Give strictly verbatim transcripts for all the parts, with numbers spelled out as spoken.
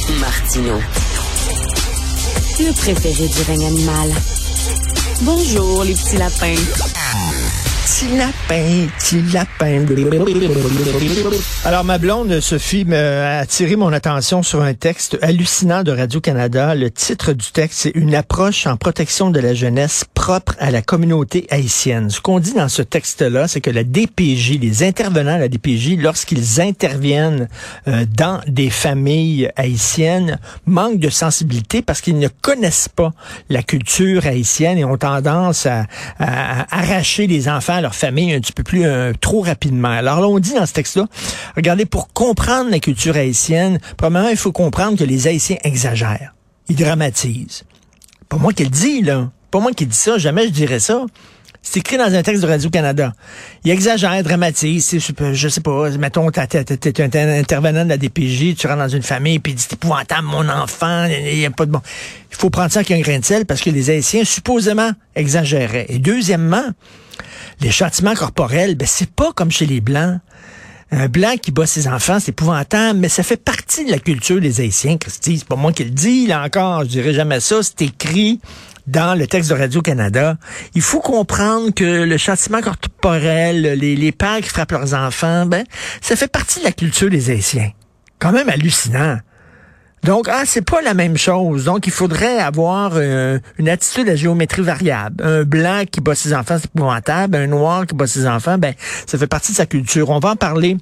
Martineau. Le préféré du règne animal. Bonjour, les petits lapins. Petit lapin, petit lapin. Alors, ma blonde, Sophie, a attiré mon attention sur un texte hallucinant de Radio-Canada. Le titre du texte, c'est « Une approche en protection de la jeunesse propre à la communauté haïtienne ». Ce qu'on dit dans ce texte-là, c'est que la D P J, les intervenants à la D P J, lorsqu'ils interviennent euh, dans des familles haïtiennes, manquent de sensibilité parce qu'ils ne connaissent pas la culture haïtienne et ont tendance à, à, à arracher les enfants à leur famille un petit peu plus euh, trop rapidement. Alors là, on dit dans ce texte-là, regardez, pour comprendre la culture haïtienne, premièrement, il faut comprendre que les Haïtiens exagèrent. Ils dramatisent. Pas moi qui le dis, là. Pas moi qui dis ça. Jamais je dirais ça. C'est écrit dans un texte de Radio-Canada. Ils exagèrent, dramatisent. Je sais pas, mettons, t'es un intervenant de la D P J, tu rentres dans une famille, puis c'est épouvantable, mon enfant, il n'y a pas de bon. Il faut prendre ça avec un grain de sel parce que les Haïtiens, supposément, exagéraient. Et deuxièmement, les châtiments corporels, ben c'est pas comme chez les Blancs. Un Blanc qui bat ses enfants, c'est épouvantable, mais ça fait partie de la culture des Haïtiens, Christy. C'est pas moi qui le dis, là encore, je dirais jamais ça, c'est écrit dans le texte de Radio-Canada. Il faut comprendre que le châtiment corporel, les, les pères qui frappent leurs enfants, ben, ça fait partie de la culture des Haïtiens. Quand même hallucinant. Donc, ah, c'est pas la même chose. Donc, il faudrait avoir euh, une attitude à géométrie variable. Un blanc qui bat ses enfants, c'est épouvantable. Un noir qui bat ses enfants, ben, ça fait partie de sa culture. On va en parler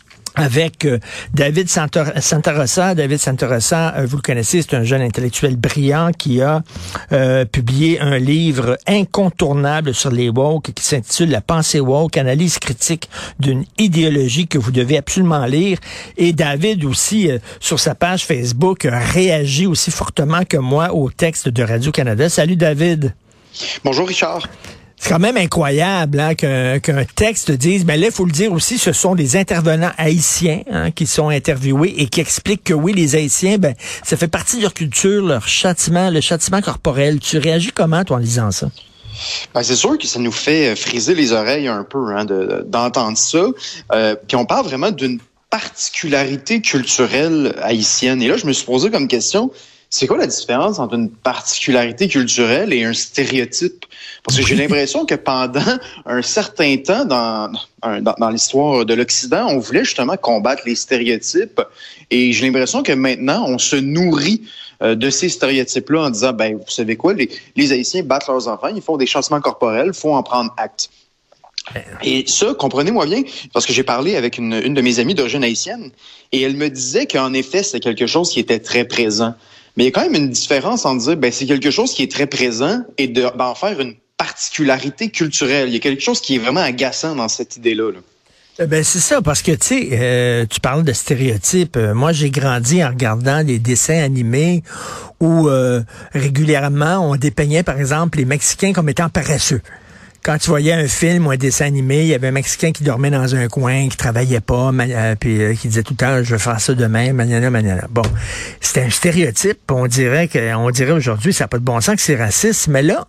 avec euh, David Santarossa. David Santarossa, euh, vous le connaissez, c'est un jeune intellectuel brillant qui a euh, publié un livre incontournable sur les woke qui s'intitule La pensée woke, analyse critique d'une idéologie que vous devez absolument lire. Et David aussi, euh, sur sa page Facebook, a réagi aussi fortement que moi au texte de Radio-Canada. Salut David. Bonjour Richard. C'est quand même incroyable hein, qu'un, qu'un texte dise, mais là, il faut le dire aussi, ce sont des intervenants haïtiens hein, qui sont interviewés et qui expliquent que oui, les Haïtiens, ben, ça fait partie de leur culture, leur châtiment, le châtiment corporel. Tu réagis comment, toi, en lisant ça? Ben, c'est sûr que ça nous fait friser les oreilles un peu hein, de, d'entendre ça. Euh, puis on parle vraiment d'une particularité culturelle haïtienne. Et là, je me suis posé comme question, c'est quoi la différence entre une particularité culturelle et un stéréotype? Parce que j'ai l'impression que pendant un certain temps dans, dans, dans l'histoire de l'Occident, on voulait justement combattre les stéréotypes. Et j'ai l'impression que maintenant, on se nourrit euh, de ces stéréotypes-là en disant, ben, vous savez quoi, les, les Haïtiens battent leurs enfants, ils font des châtiments corporels, il faut en prendre acte. Et ça, comprenez-moi bien, parce que j'ai parlé avec une, une de mes amies d'origine haïtienne, et elle me disait qu'en effet, c'était quelque chose qui était très présent. Mais il y a quand même une différence en dire, ben, c'est quelque chose qui est très présent et de, ben, en faire une particularité culturelle. Il y a quelque chose qui est vraiment agaçant dans cette idée-là. Là. Ben c'est ça, parce que tu sais, euh, tu parles de stéréotypes. Euh, moi, j'ai grandi en regardant des dessins animés où euh, régulièrement on dépeignait, par exemple, les Mexicains comme étant paresseux. Quand tu voyais un film ou un dessin animé, il y avait un Mexicain qui dormait dans un coin, qui travaillait pas, euh, puis euh, qui disait tout le temps, je vais faire ça demain, manana, manana. Bon, c'était un stéréotype. On dirait que, on dirait aujourd'hui, ça n'a pas de bon sens que c'est raciste, mais là,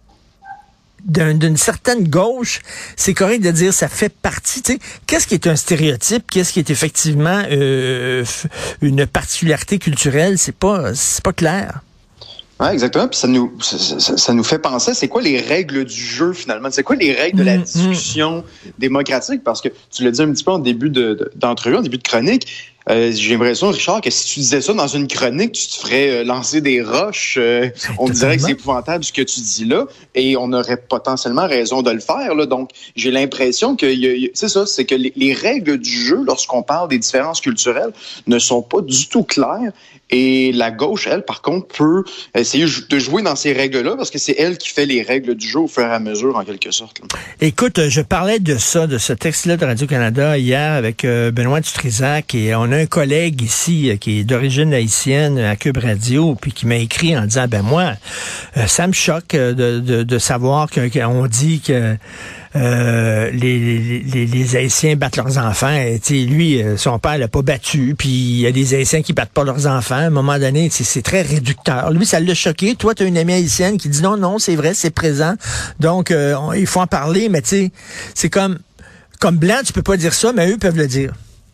D'un, d'une certaine gauche, c'est correct de dire ça fait partie. Tu sais, qu'est-ce qui est un stéréotype, qu'est-ce qui est effectivement euh, une particularité culturelle, c'est pas, c'est pas clair. Ouais, exactement. Puis ça nous, ça, ça, ça nous fait penser, c'est quoi les règles du jeu finalement? C'est quoi les règles de la discussion mmh. démocratique? Parce que tu l'as dit un petit peu en début de, de, d'entrevue, en début de chronique. Euh, j'ai l'impression, Richard, que si tu disais ça dans une chronique, tu te ferais euh, lancer des roches. Euh, on dirait que c'est épouvantable ce que tu dis là, et on aurait potentiellement raison de le faire. Là. Donc, j'ai l'impression que y a, y a, c'est ça, c'est que les, les règles du jeu, lorsqu'on parle des différences culturelles, ne sont pas du tout claires. Et la gauche, elle, par contre, peut essayer de jouer dans ces règles-là parce que c'est elle qui fait les règles du jeu au fur et à mesure, en quelque sorte. Là. Écoute, je parlais de ça, de ce texte-là de Radio-Canada hier avec euh, Benoît Dutrisac, et on a un collègue ici euh, qui est d'origine haïtienne à Cube Radio, puis qui m'a écrit en disant, ben moi, euh, ça me choque de, de, de savoir que, qu'on dit que Euh, les, les, les Haïtiens battent leurs enfants. Et, lui, son père l'a pas battu. Puis il y a des Haïtiens qui battent pas leurs enfants. À un moment donné, c'est très réducteur. Lui, ça l'a choqué. Toi, tu as une amie haïtienne qui dit non, non, c'est vrai, c'est présent. Donc, euh, on, il faut en parler. Mais tu sais, c'est comme comme blanc, tu peux pas dire ça, mais eux peuvent le dire.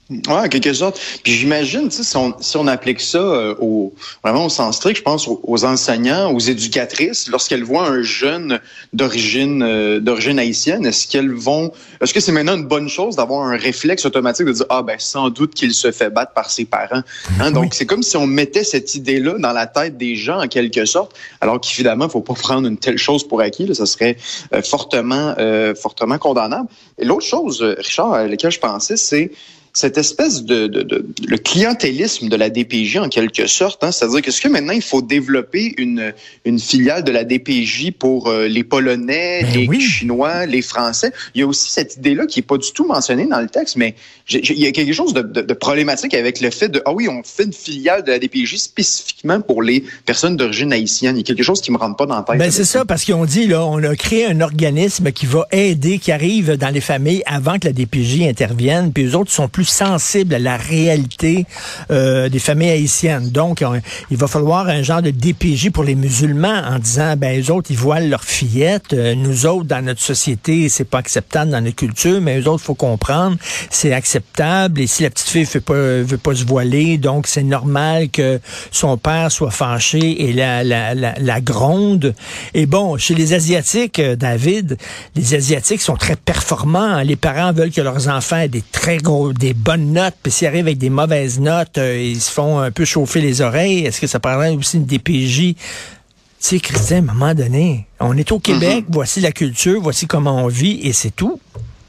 Ouais, en quelque sorte. Puis j'imagine, tu sais, si on, si on applique ça euh, au, vraiment au sens strict, je pense aux, aux enseignants, aux éducatrices, lorsqu'elles voient un jeune d'origine euh, d'origine haïtienne, est-ce qu'elles vont, est-ce que c'est maintenant une bonne chose d'avoir un réflexe automatique de dire ah ben sans doute qu'il se fait battre par ses parents. Hein? Donc oui. C'est comme si on mettait cette idée-là dans la tête des gens en quelque sorte, alors qu'évidemment, il faut pas prendre une telle chose pour acquis. Là, ça serait euh, fortement, euh, fortement condamnable. Et l'autre chose, Richard, à laquelle je pensais, c'est cette espèce de, de, de le clientélisme de la D P J en quelque sorte, hein, c'est-à-dire que est-ce que maintenant il faut développer une une filiale de la D P J pour euh, les Polonais, ben les oui. Chinois, les Français. Il y a aussi cette idée-là qui est pas du tout mentionnée dans le texte, mais j'ai, j'ai, il y a quelque chose de, de, de problématique avec le fait de ah oui on fait une filiale de la D P J spécifiquement pour les personnes d'origine haïtienne. Il y a quelque chose qui me rentre pas dans la tête. Ben c'est ça parce qu'ils ont dit là on a créé un organisme qui va aider, qui arrive dans les familles avant que la D P J intervienne, puis eux autres sont plus sensibles à la réalité euh, des familles haïtiennes. Donc, on, il va falloir un genre de D P J pour les musulmans en disant, ben, eux autres, ils voilent leurs fillettes. Euh, nous autres, dans notre société, c'est pas acceptable dans notre culture, mais eux autres, faut comprendre, c'est acceptable. Et si la petite fille veut pas, veut pas se voiler, donc c'est normal que son père soit fâché et la, la, la, la gronde. Et bon, chez les Asiatiques, David, les Asiatiques sont très performants. Les parents veulent que leurs enfants aient des très gros, des bonnes notes, puis s'ils arrivent avec des mauvaises notes, euh, ils se font un peu chauffer les oreilles. Est-ce que ça parlerait aussi d'une D P J? Tu sais, Christian, à un moment donné, on est au Québec, mm-hmm. voici la culture, voici comment on vit, et c'est tout.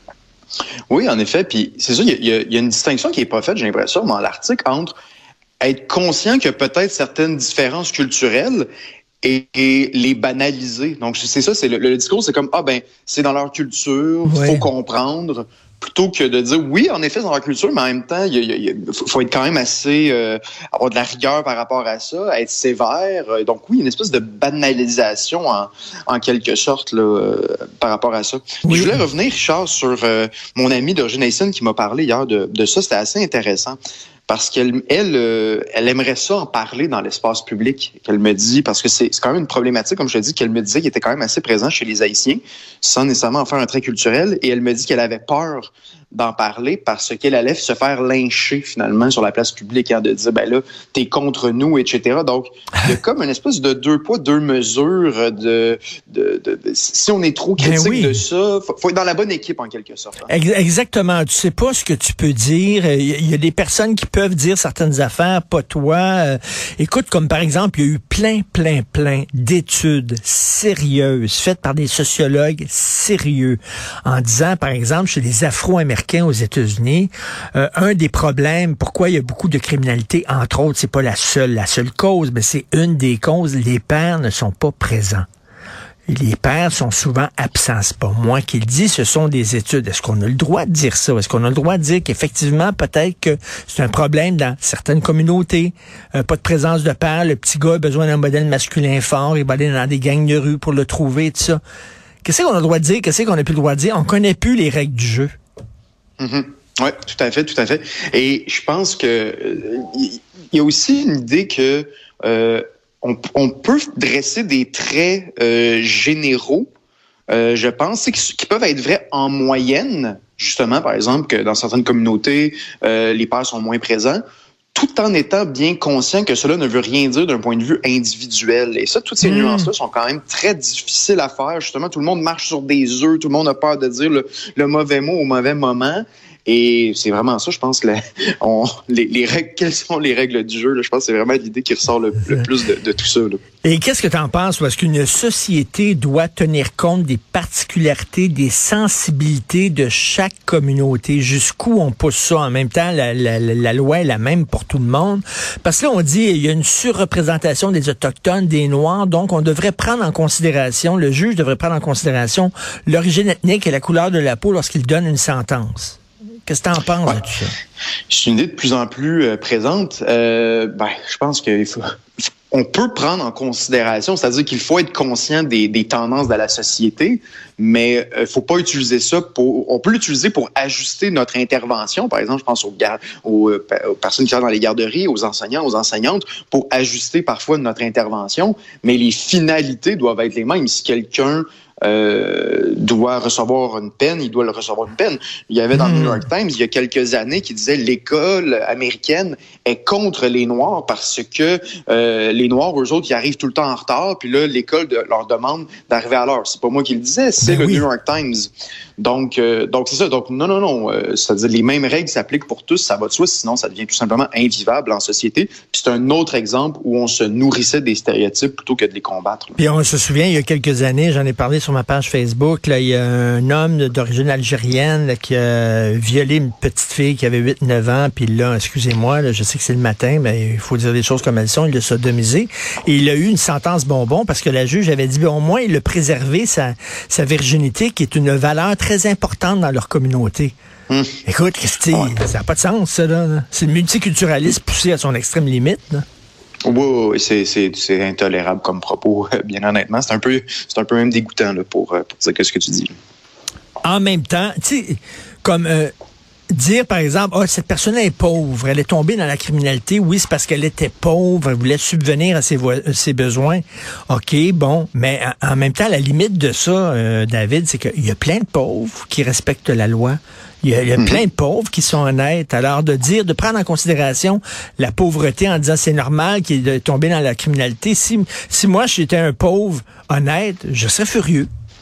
Oui, en effet, puis c'est ça, il y, y, y a une distinction qui n'est pas faite, j'ai l'impression, dans l'article, entre être conscient qu'il y a peut-être certaines différences culturelles et, et les banaliser. Donc, c'est ça, c'est le, le discours, c'est comme, ah ben, c'est dans leur culture, il ouais. faut comprendre, plutôt que de dire, oui, en effet, c'est dans leur culture, mais en même temps, il, y a, il y a, faut être quand même assez, euh, avoir de la rigueur par rapport à ça, être sévère. Donc, oui, une espèce de banalisation, en, en quelque sorte, là, euh, par rapport à ça. Oui. Je voulais revenir, Richard, sur euh, mon ami d'origine haïtienne qui m'a parlé hier de, de ça. C'était assez intéressant. Parce qu'elle elle, euh, elle aimerait ça en parler dans l'espace public, qu'elle me dit, parce que c'est, c'est quand même une problématique, comme je te dis, qu'elle me disait, qui était quand même assez présent chez les Haïtiens, sans nécessairement en faire un trait culturel, et elle me dit qu'elle avait peur d'en parler parce qu'elle allait se faire lyncher, finalement, sur la place publique, hein, de dire, ben là, t'es contre nous, et cetera. Donc, il y a comme une espèce de deux poids, deux mesures de... de, de, de si on est trop critique ben oui. de ça, faut, faut être dans la bonne équipe, en quelque sorte. Hein. Exactement. Tu sais pas ce que tu peux dire. Il y a des personnes qui peuvent dire certaines affaires, pas toi. Euh, écoute, comme par exemple, il y a eu plein, plein, plein d'études sérieuses faites par des sociologues sérieux en disant, par exemple, chez les Afro-Américains aux États-Unis, euh, un des problèmes, pourquoi il y a beaucoup de criminalité, entre autres, c'est pas la seule, la seule cause, mais c'est une des causes, les pères ne sont pas présents. Les pères sont souvent absents. C'est pas moi qui le dis, ce sont des études. Est-ce qu'on a le droit de dire ça? Est-ce qu'on a le droit de dire qu'effectivement, peut-être que c'est un problème dans certaines communautés? Euh, pas de présence de père, le petit gars a besoin d'un modèle masculin fort, il va aller dans des gangs de rue pour le trouver, tout ça. Qu'est-ce qu'on a le droit de dire? Qu'est-ce qu'on n'a plus le droit de dire? On connaît plus les règles du jeu. Mm-hmm. Oui, tout à fait, tout à fait. Et je pense que euh, il y a aussi une idée que euh, on, on peut dresser des traits euh, généraux, euh, je pense, qui, qui peuvent être vrais en moyenne, justement, par exemple, que dans certaines communautés, euh, les pères sont moins présents, tout en étant bien conscient que cela ne veut rien dire d'un point de vue individuel. Et ça, toutes ces mmh. nuances-là sont quand même très difficiles à faire. Justement, tout le monde marche sur des œufs, tout le monde a peur de dire le, le mauvais mot au mauvais moment. Et c'est vraiment ça, je pense, que la, on, les, les règles, quelles sont les règles du jeu? Là, je pense que c'est vraiment l'idée qui ressort le, le plus de, de tout ça. Là. Et qu'est-ce que tu en penses? Est-ce qu'une société doit tenir compte des particularités, des sensibilités de chaque communauté? Jusqu'où on pousse ça? En même temps, la, la, la loi est la même pour tout le monde. Parce que là, on dit il y a une surreprésentation des Autochtones, des Noirs, donc on devrait prendre en considération, le juge devrait prendre en considération l'origine ethnique et la couleur de la peau lorsqu'il donne une sentence. Qu'est-ce que tu en penses ouais. de tout ça? C'est une idée de plus en plus euh, présente. Euh, ben, je pense qu'il faut... On peut prendre en considération, c'est-à-dire qu'il faut être conscient des, des tendances de la société, mais il euh, faut pas utiliser ça pour... On peut l'utiliser pour ajuster notre intervention. Par exemple, je pense aux, gar, aux, euh, aux personnes qui sont dans les garderies, aux enseignants, aux enseignantes, pour ajuster parfois notre intervention, mais les finalités doivent être les mêmes. Si quelqu'un euh, doit recevoir une peine, il doit le recevoir une peine. Il y avait dans mmh. le New York Times, il y a quelques années, qui disait l'école américaine est contre les Noirs parce que euh, les Noirs, eux autres, ils arrivent tout le temps en retard, puis là, l'école de, leur demande d'arriver à l'heure. C'est pas moi qui le disais, c'est ben le oui. New York Times. Donc, euh, donc c'est ça. Donc, non, non, non. Euh, c'est-à-dire les mêmes règles s'appliquent pour tous, ça va de soi, sinon ça devient tout simplement invivable en société. Puis c'est un autre exemple où on se nourrissait des stéréotypes plutôt que de les combattre. Là. Puis on se souvient, il y a quelques années, j'en ai parlé sur ma page Facebook, là, il y a un homme d'origine algérienne là, qui a violé une petite fille qui avait huit neuf ans, puis là, excusez-moi, là, je sais que c'est le matin, mais il faut dire des choses comme elles sont, il l'a sodomisé. Et il a eu une sentence bonbon parce que la juge avait dit, au moins, il a préservé sa, sa virginité, qui est une valeur très importante dans leur communauté. Hum. Écoute, Christy, ouais. ça n'a pas de sens, ça, là. C'est le multiculturalisme poussé à son extrême limite, là. Oui, oui, c'est, c'est, c'est intolérable comme propos, bien honnêtement. C'est un peu, c'est un peu même dégoûtant, là, pour, pour dire ce que tu dis. En même temps, tu sais, comme... Euh, dire, par exemple, oh, cette personne est pauvre, elle est tombée dans la criminalité, oui, c'est parce qu'elle était pauvre, elle voulait subvenir à ses, vo- ses besoins. OK, bon, mais en même temps, la limite de ça, euh, David, c'est qu'il y a plein de pauvres qui respectent la loi. Il y a, il y a mmh. plein de pauvres qui sont honnêtes. Alors, de dire, de prendre en considération la pauvreté en disant c'est normal qu'il est tombé dans la criminalité, si, si moi, j'étais un pauvre honnête, je serais furieux.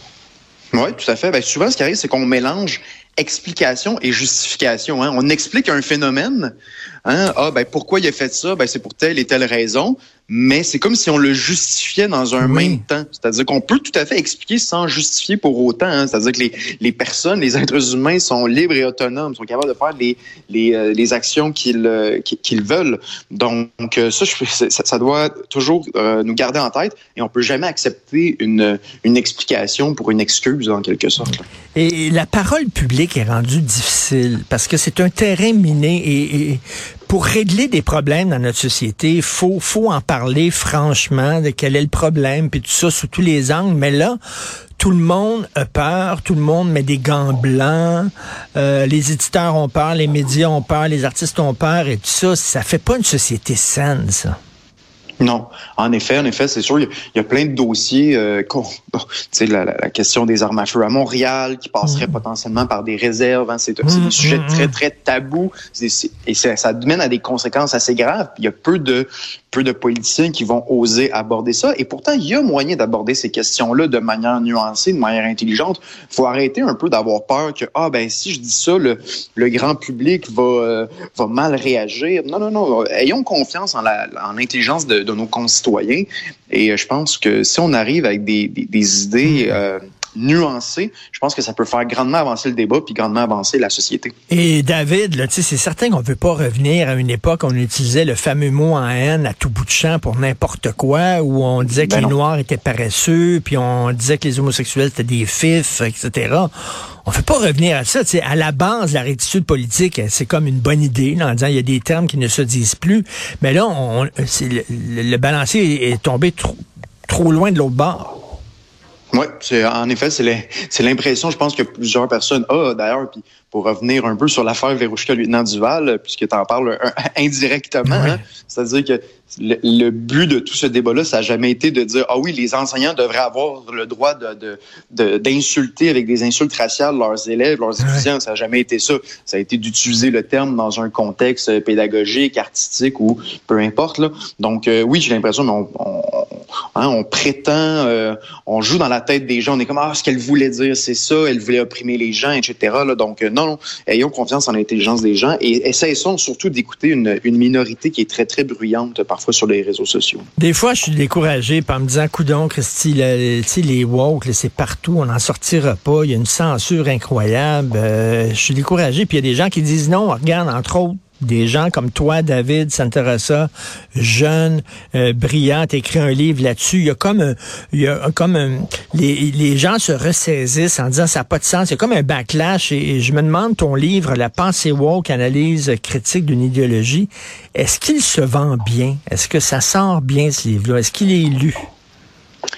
Oui, tout à fait. Ben, souvent, ce qui arrive, c'est qu'on mélange explication et justification. Hein. On explique un phénomène. Hein. Ah, ben pourquoi il a fait ça? Ben c'est pour telle et telle raison. Mais c'est comme si on le justifiait dans un oui. même temps. C'est-à-dire qu'on peut tout à fait expliquer sans justifier pour autant. Hein. C'est-à-dire que les, les personnes, les êtres humains sont libres et autonomes, sont capables de faire les, les, euh, les actions qu'ils, euh, qu'ils veulent. Donc euh, ça, je, ça, ça doit toujours euh, nous garder en tête et on peut jamais accepter une, une explication pour une excuse, en quelque sorte. Et la parole publique est rendue difficile parce que c'est un terrain miné et, et pour régler des problèmes dans notre société, il faut, faut en parler franchement de quel est le problème, puis tout ça sous tous les angles. Mais là, tout le monde a peur, tout le monde met des gants blancs, euh, les éditeurs ont peur, les médias ont peur, les artistes ont peur et tout ça. Ça fait pas une société saine, ça. Non, en effet, en effet, c'est sûr, il y a, il y a plein de dossiers, euh, bon, tu sais, la, la question des armes à feu à Montréal, qui passerait mmh. potentiellement par des réserves, hein, c'est, c'est des mmh. sujets très, très tabous, c'est, c'est, et ça, ça mène à des conséquences assez graves, puis il y a peu de, peu de politiciens qui vont oser aborder ça, et pourtant, il y a moyen d'aborder ces questions-là de manière nuancée, de manière intelligente. Il faut arrêter un peu d'avoir peur que, ah, ben, si je dis ça, le, le grand public va, euh, va mal réagir. Non, non, non, ayons confiance en, la, en l'intelligence de de nos concitoyens. Et je pense que si on arrive avec des, des, des idées euh, nuancées, je pense que ça peut faire grandement avancer le débat puis grandement avancer la société. Et David, là, c'est certain qu'on ne veut pas revenir à une époque où on utilisait le fameux mot en haine à tout bout de champ pour n'importe quoi, où on disait que ben les non. Noirs étaient paresseux, puis on disait que les homosexuels étaient des fifs, et cetera. On ne veut pas revenir à ça. T'sais, à la base, la rectitude politique, c'est comme une bonne idée, là, en disant il y a des termes qui ne se disent plus. Mais là, on, c'est le, le balancier est tombé trop, trop loin de l'autre bord. Oui, c'est, en effet, c'est, les, c'est l'impression, je pense, que plusieurs personnes ont, d'ailleurs, puis pour revenir un peu sur l'affaire Verouchka, lieutenant Duval, puisque tu en parles euh, indirectement, oui. hein, c'est-à-dire que le, le but de tout ce débat-là, ça n'a jamais été de dire « Ah oui, les enseignants devraient avoir le droit de, de, de, d'insulter avec des insultes raciales leurs élèves, leurs étudiants. Oui. » Ça n'a jamais été ça. Ça a été d'utiliser le terme dans un contexte pédagogique, artistique ou peu importe. Là. Donc euh, oui, j'ai l'impression, mais on, on, hein, on prétend, euh, on joue dans la tête des gens. On est comme « Ah, ce qu'elle voulait dire, c'est ça. Elle voulait opprimer les gens, et cetera » Là. Donc euh, non, non, ayons confiance en l'intelligence des gens et essayons surtout d'écouter une, une minorité qui est très, très bruyante parfois sur les réseaux sociaux. Des fois, je suis découragé par me disant, coudonc, Christy, le, les woke, là, c'est partout, on n'en sortira pas, il y a une censure incroyable. Euh, je suis découragé, puis il y a des gens qui disent non, regarde, entre autres, des gens comme toi, David Santarossa, jeune, euh, brillant, écrit un livre là-dessus. Il y a comme, un, il y a comme un, les, les gens se ressaisissent en disant ça n'a pas de sens. Il y a comme un backlash et, et je me demande ton livre, La pensée woke, analyse critique d'une idéologie. Est-ce qu'il se vend bien? Est-ce que ça sort bien ce livre-là? Est-ce qu'il est lu?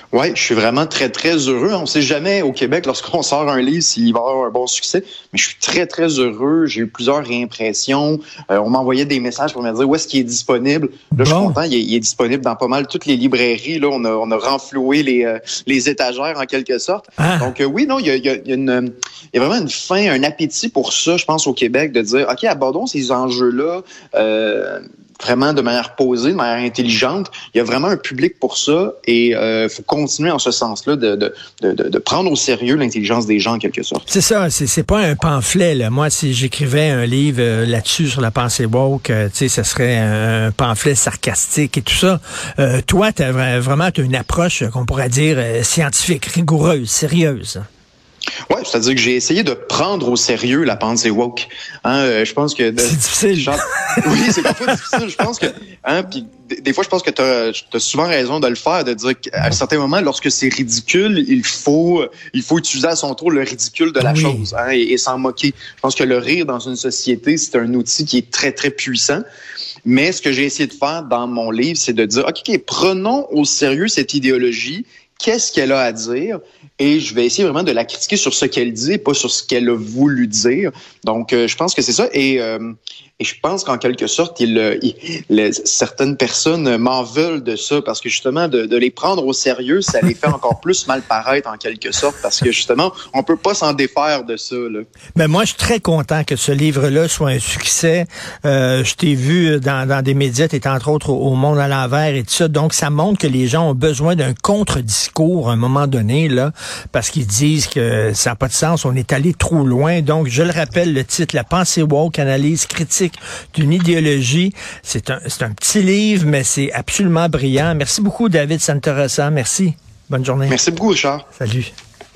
Oui, je suis vraiment très, très heureux. On ne sait jamais au Québec, lorsqu'on sort un livre, s'il va avoir un bon succès. Mais je suis très, très heureux. J'ai eu plusieurs réimpressions. Euh, on m'envoyait des messages pour me dire où est-ce qu'il est disponible. Là, bon. Je suis content. Il est, il est disponible dans pas mal toutes les librairies. Là, on a, on a renfloué les, euh, les étagères en quelque sorte. Ah. Donc, euh, oui, non, il y a, il y a, il y a une, il y a vraiment une faim, un appétit pour ça, je pense, au Québec, de dire, OK, abordons ces enjeux-là. Euh, vraiment de manière posée, de manière intelligente. Il y a vraiment un public pour ça et il euh, faut continuer en ce sens-là de, de, de, de prendre au sérieux l'intelligence des gens en quelque sorte. C'est ça, c'est, c'est pas un pamphlet. Là. Moi, si j'écrivais un livre euh, là-dessus sur la pensée woke, euh, tu sais, ce serait un, un pamphlet sarcastique et tout ça. Euh, toi, tu as vraiment t'as une approche qu'on pourrait dire euh, scientifique, rigoureuse, sérieuse. Oui, c'est-à-dire que j'ai essayé de prendre au sérieux la pensée woke. Hein, euh, je pense que... De, c'est difficile. Genre, oui, c'est parfois difficile. Je pense que... Hein, puis des fois, je pense que tu as souvent raison de le faire, de dire qu'à un certain moment, lorsque c'est ridicule, il faut il faut utiliser à son tour le ridicule de la oui. chose hein, et, et s'en moquer. Je pense que le rire dans une société, c'est un outil qui est très, très puissant. Mais ce que j'ai essayé de faire dans mon livre, c'est de dire, OK, okay prenons au sérieux cette idéologie. Qu'est-ce qu'elle a à dire? Et je vais essayer vraiment de la critiquer sur ce qu'elle dit et pas sur ce qu'elle a voulu dire. Donc, euh, je pense que c'est ça. Et, euh, et je pense qu'en quelque sorte, il, il, les, certaines personnes m'en veulent de ça parce que justement, de, de les prendre au sérieux, ça les fait encore plus mal paraître en quelque sorte parce que justement, on peut pas s'en défaire de ça. Là. Mais moi, je suis très content que ce livre-là soit un succès. Euh, je t'ai vu dans, dans des médias, tu es entre autres au, au Monde à l'envers et tout ça. Donc, ça montre que les gens ont besoin d'un contre-discours à un moment donné, là, parce qu'ils disent que ça n'a pas de sens, on est allé trop loin. Donc, je le rappelle, le titre, La pensée woke, analyse critique d'une idéologie. C'est un, c'est un petit livre, mais c'est absolument brillant. Merci beaucoup, David Santarossa. Merci. Bonne journée. Merci beaucoup, Richard. Salut.